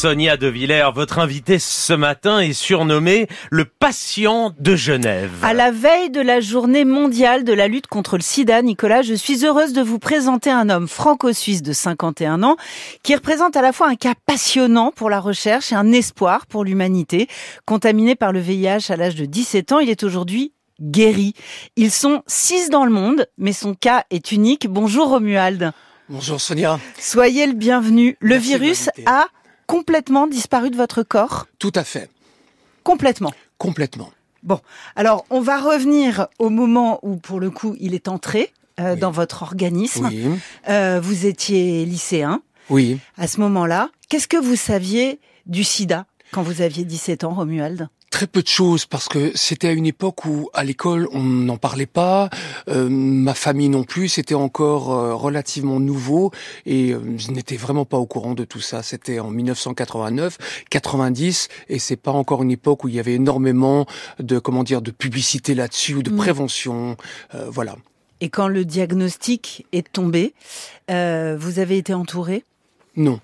Sonia De Villers, votre invité ce matin est surnommé le patient de Genève. À la veille de la journée mondiale de la lutte contre le sida, Nicolas, je suis heureuse de vous présenter un homme franco-suisse de 51 ans qui représente à la fois un cas passionnant pour la recherche et un espoir pour l'humanité. Contaminé par le VIH à l'âge de 17 ans, il est aujourd'hui guéri. Ils sont 6 dans le monde, mais son cas est unique. Bonjour Romuald. Bonjour Sonia. Soyez le bienvenu. Le Merci virus a complètement disparu de votre corps ? Tout à fait. Complètement. Complètement. Bon, alors on va revenir au moment où, pour le coup, il est entré dans votre organisme. Oui. Vous étiez lycéen. Oui. À ce moment-là, qu'est-ce que vous saviez du sida quand vous aviez 17 ans, Romuald ? Très peu de choses, parce que c'était à une époque où, à l'école, on n'en parlait pas, ma famille non plus, c'était encore relativement nouveau, et je n'étais vraiment pas au courant de tout ça. C'était en 1989, 90, et c'est pas encore une époque où il y avait énormément de, de publicité là-dessus, ou de prévention, voilà. Et quand le diagnostic est tombé, vous avez été entouré ? Non.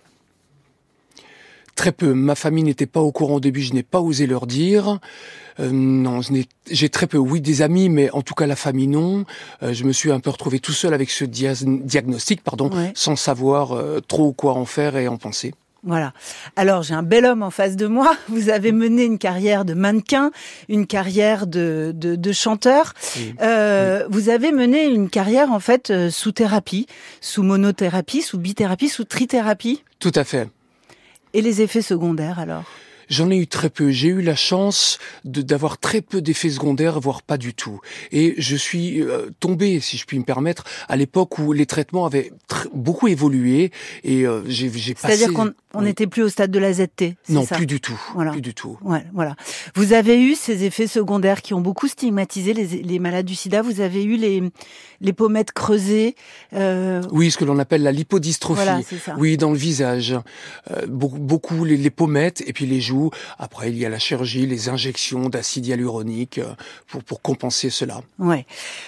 Très peu. Ma famille n'était pas au courant au début, je n'ai pas osé leur dire. Non, j'ai très peu, oui, des amis, mais en tout cas la famille, non. Je me suis un peu retrouvé tout seul avec ce diagnostic, sans savoir trop quoi en faire et en penser. Voilà. Alors, j'ai un bel homme en face de moi. Vous avez mené une carrière de mannequin, une carrière de chanteur. Oui. Vous avez mené une carrière, en fait, sous thérapie, sous monothérapie, sous bithérapie, sous trithérapie. Tout à fait. Et les effets secondaires, alors ? J'en ai eu très peu. J'ai eu la chance d'avoir très peu d'effets secondaires, voire pas du tout. Et je suis tombé, si je puis me permettre, à l'époque où les traitements avaient beaucoup évolué. Et j'ai passé... C'est-à-dire qu'on n'était plus au stade de la ZT, c'est non, ça ? plus du tout. Voilà. Plus du tout. Ouais, voilà. Vous avez eu ces effets secondaires qui ont beaucoup stigmatisé les malades du sida. Vous avez eu les pommettes creusées. Oui, ce que l'on appelle la lipodystrophie. Voilà, c'est ça. Oui, dans le visage. Beaucoup les pommettes et puis les joues. Après, il y a la chirurgie, les injections d'acide hyaluronique pour compenser cela. Ouais.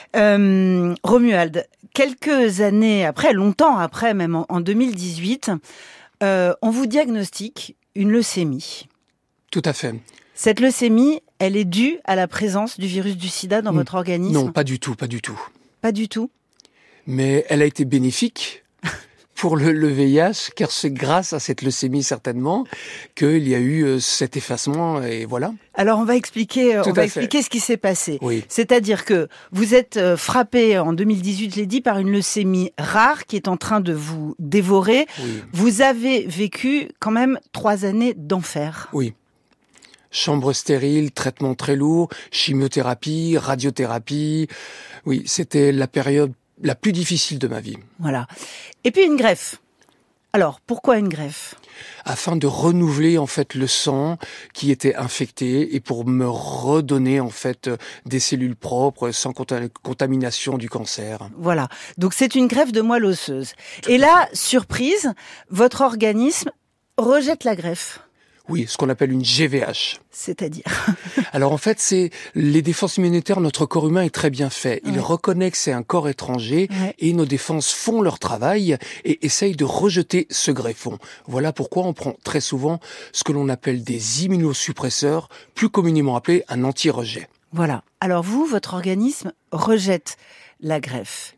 Romuald, quelques années après, longtemps après, même en 2018, on vous diagnostique une leucémie. Tout à fait. Cette leucémie, elle est due à la présence du virus du sida dans votre organisme ? Non, pas du tout, pas du tout. Pas du tout ? Mais elle a été bénéfique pour le VIH, car c'est grâce à cette leucémie certainement qu'il y a eu cet effacement, et voilà. Alors on va expliquer ce qui s'est passé. Oui. C'est-à-dire que vous êtes frappé en 2018, je l'ai dit, par une leucémie rare qui est en train de vous dévorer. Oui. Vous avez vécu quand même 3 années d'enfer. Oui. Chambre stérile, traitement très lourd, chimiothérapie, radiothérapie. Oui, c'était la période la plus difficile de ma vie. Voilà. Et puis une greffe. Alors, pourquoi une greffe ? Afin de renouveler en fait le sang qui était infecté et pour me redonner en fait des cellules propres sans contamination du cancer. Voilà. Donc c'est une greffe de moelle osseuse. Et là, surprise, votre organisme rejette la greffe. Oui, ce qu'on appelle une GVH. C'est-à-dire ? Alors en fait, c'est les défenses immunitaires, notre corps humain est très bien fait. Il Ouais. reconnaît que c'est un corps étranger Ouais. et nos défenses font leur travail et essayent de rejeter ce greffon. Voilà pourquoi on prend très souvent ce que l'on appelle des immunosuppresseurs, plus communément appelés un anti-rejet. Voilà. Alors vous, votre organisme rejette la greffe.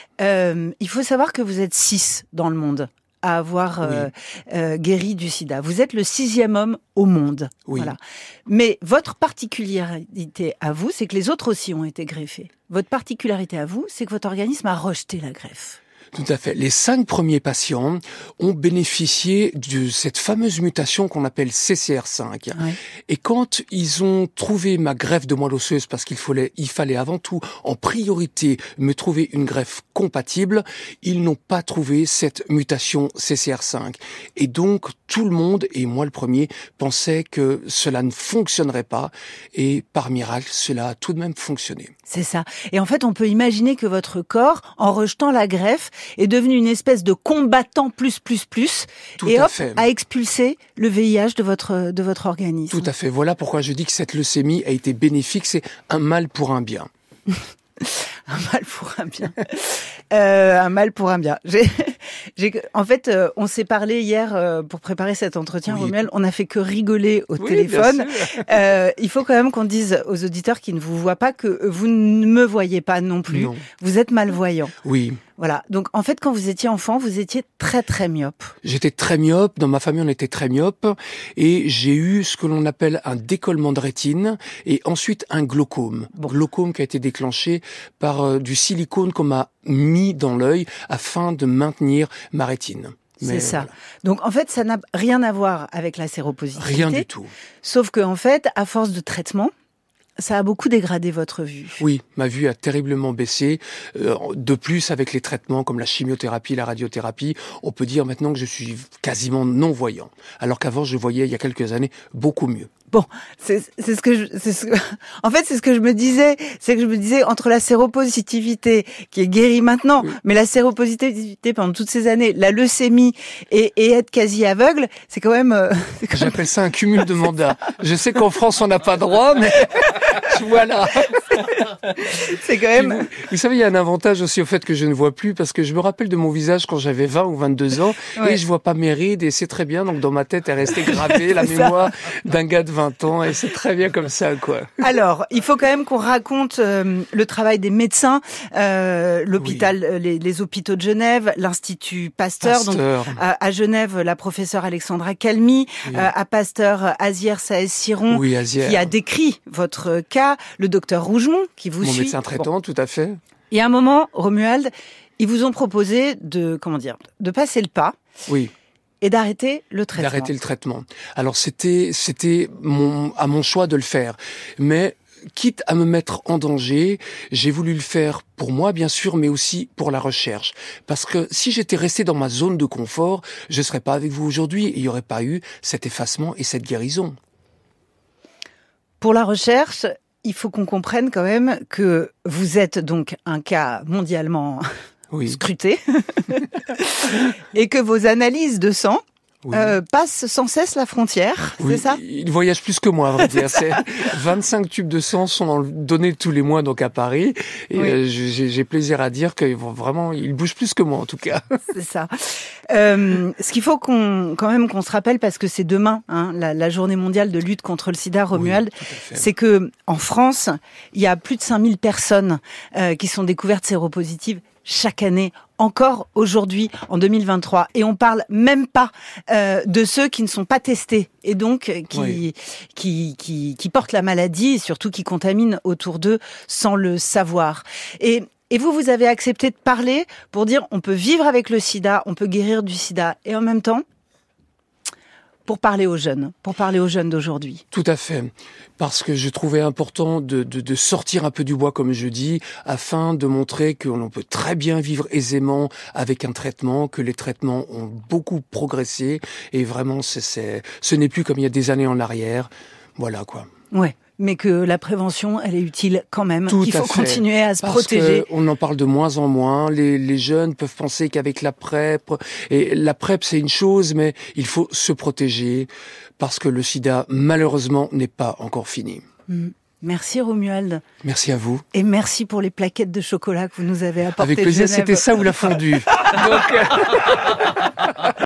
Il faut savoir que vous êtes 6 dans le monde à avoir guéri du sida. Vous êtes le 6e homme au monde. Oui. Voilà. Mais votre particularité à vous, c'est que les autres aussi ont été greffés. Votre particularité à vous, c'est que votre organisme a rejeté la greffe. Tout à fait. Les 5 premiers patients ont bénéficié de cette fameuse mutation qu'on appelle CCR5. Ouais. Et quand ils ont trouvé ma greffe de moelle osseuse, parce qu'il fallait avant tout, en priorité, me trouver une greffe compatible, ils n'ont pas trouvé cette mutation CCR5. Et donc, tout le monde, et moi le premier, pensait que cela ne fonctionnerait pas. Et par miracle, cela a tout de même fonctionné. C'est ça. Et en fait, on peut imaginer que votre corps, en rejetant la greffe, est devenu une espèce de combattant plus, Tout et à hop, fait. a expulsé le VIH de votre organisme. Tout à fait. Voilà pourquoi je dis que cette leucémie a été bénéfique. C'est un mal pour un bien. Un mal pour un bien. Un mal pour un bien. En fait, on s'est parlé hier pour préparer cet entretien, Oui. Romuald. On n'a fait que rigoler au Oui, téléphone. bien sûr. Il faut quand même qu'on dise aux auditeurs qui ne vous voient pas que vous ne me voyez pas non plus. Non. Vous êtes malvoyant. Oui. Voilà. Donc, en fait, quand vous étiez enfant, vous étiez très, très myope. J'étais très myope, dans ma famille on était très myope, et j'ai eu ce que l'on appelle un décollement de rétine, et ensuite un glaucome. Bon. Glaucome qui a été déclenché par du silicone qu'on m'a mis dans l'œil afin de maintenir ma rétine. C'est ça. Voilà. Donc, en fait, ça n'a rien à voir avec la séropositivité. Rien du tout. Sauf que, en fait, à force de traitement, ça a beaucoup dégradé votre vue. Oui, ma vue a terriblement baissé. De plus, avec les traitements comme la chimiothérapie, la radiothérapie, on peut dire maintenant que je suis quasiment non-voyant. Alors qu'avant, je voyais, il y a quelques années, beaucoup mieux. Bon, en fait, c'est ce que je me disais. C'est que je me disais, entre la séropositivité, qui est guérie maintenant, Oui. mais la séropositivité pendant toutes ces années, la leucémie et être quasi aveugle, c'est quand même... J'appelle ça un cumul de mandats. Je sais qu'en France, on n'a pas droit, mais voilà. c'est quand même... Vous savez, il y a un avantage aussi au fait que je ne vois plus, parce que je me rappelle de mon visage quand j'avais 20 ou 22 ans, Ouais. et je vois pas mes rides, et c'est très bien. Donc dans ma tête est restée gravée la C'est ça. mémoire d'un gars de 20 ans, et c'est très bien comme ça, quoi. Alors, il faut quand même qu'on raconte le travail des médecins, l'hôpital, les hôpitaux de Genève, l'Institut Pasteur. Donc, à Genève, la professeure Alexandra Calmi, Oui. à Pasteur, Azier Saez-Siron, Oui, Azier. qui a décrit votre cas, le docteur Rougemont, qui vous Mon suit. médecin traitant, Bon. tout à fait. Et à un moment, Romuald, ils vous ont proposé de passer le pas Oui. et d'arrêter le traitement. D'arrêter le traitement. Alors c'était à mon choix de le faire, mais quitte à me mettre en danger, j'ai voulu le faire pour moi bien sûr, mais aussi pour la recherche, parce que si j'étais resté dans ma zone de confort, je serais pas avec vous aujourd'hui et il y aurait pas eu cet effacement et cette guérison. Pour la recherche, il faut qu'on comprenne quand même que vous êtes donc un cas mondialement Oui. scruté et que vos analyses de sang Oui. passent sans cesse la frontière, Oui, c'est ça? il voyage plus que moi, à vrai dire. 25 tubes de sang sont donnés tous les mois donc à Paris. Et Oui. j'ai plaisir à dire que vraiment, il bouge plus que moi en tout cas. C'est ça. Ce qu'il faut qu'on se rappelle, parce que c'est demain, hein, la journée mondiale de lutte contre le sida, Romuald, Oui, tout à fait. c'est que en France, il y a plus de 5000 personnes qui sont découvertes séropositives chaque année, encore aujourd'hui, en 2023. Et on parle même pas de ceux qui ne sont pas testés et donc qui portent la maladie et surtout qui contaminent autour d'eux sans le savoir. Et vous avez accepté de parler pour dire on peut vivre avec le sida, on peut guérir du sida, et en même temps, pour parler aux jeunes d'aujourd'hui. Tout à fait, parce que je trouvais important de sortir un peu du bois, comme je dis, afin de montrer qu'on peut très bien vivre aisément avec un traitement, que les traitements ont beaucoup progressé, et vraiment, ce n'est plus comme il y a des années en arrière. Voilà, quoi. Ouais. Mais que la prévention, elle est utile quand même. Tout qu'il faut à fait. continuer à se Parce protéger. on en parle de moins en moins. Les jeunes peuvent penser qu'avec la PrEP, et la PrEP c'est une chose, mais il faut se protéger parce que le sida, malheureusement, n'est pas encore fini. Merci Romuald. Merci à vous. Et merci pour les plaquettes de chocolat que vous nous avez apportées. Avec plaisir, de Genève. c'était ça ou la fondue. Donc,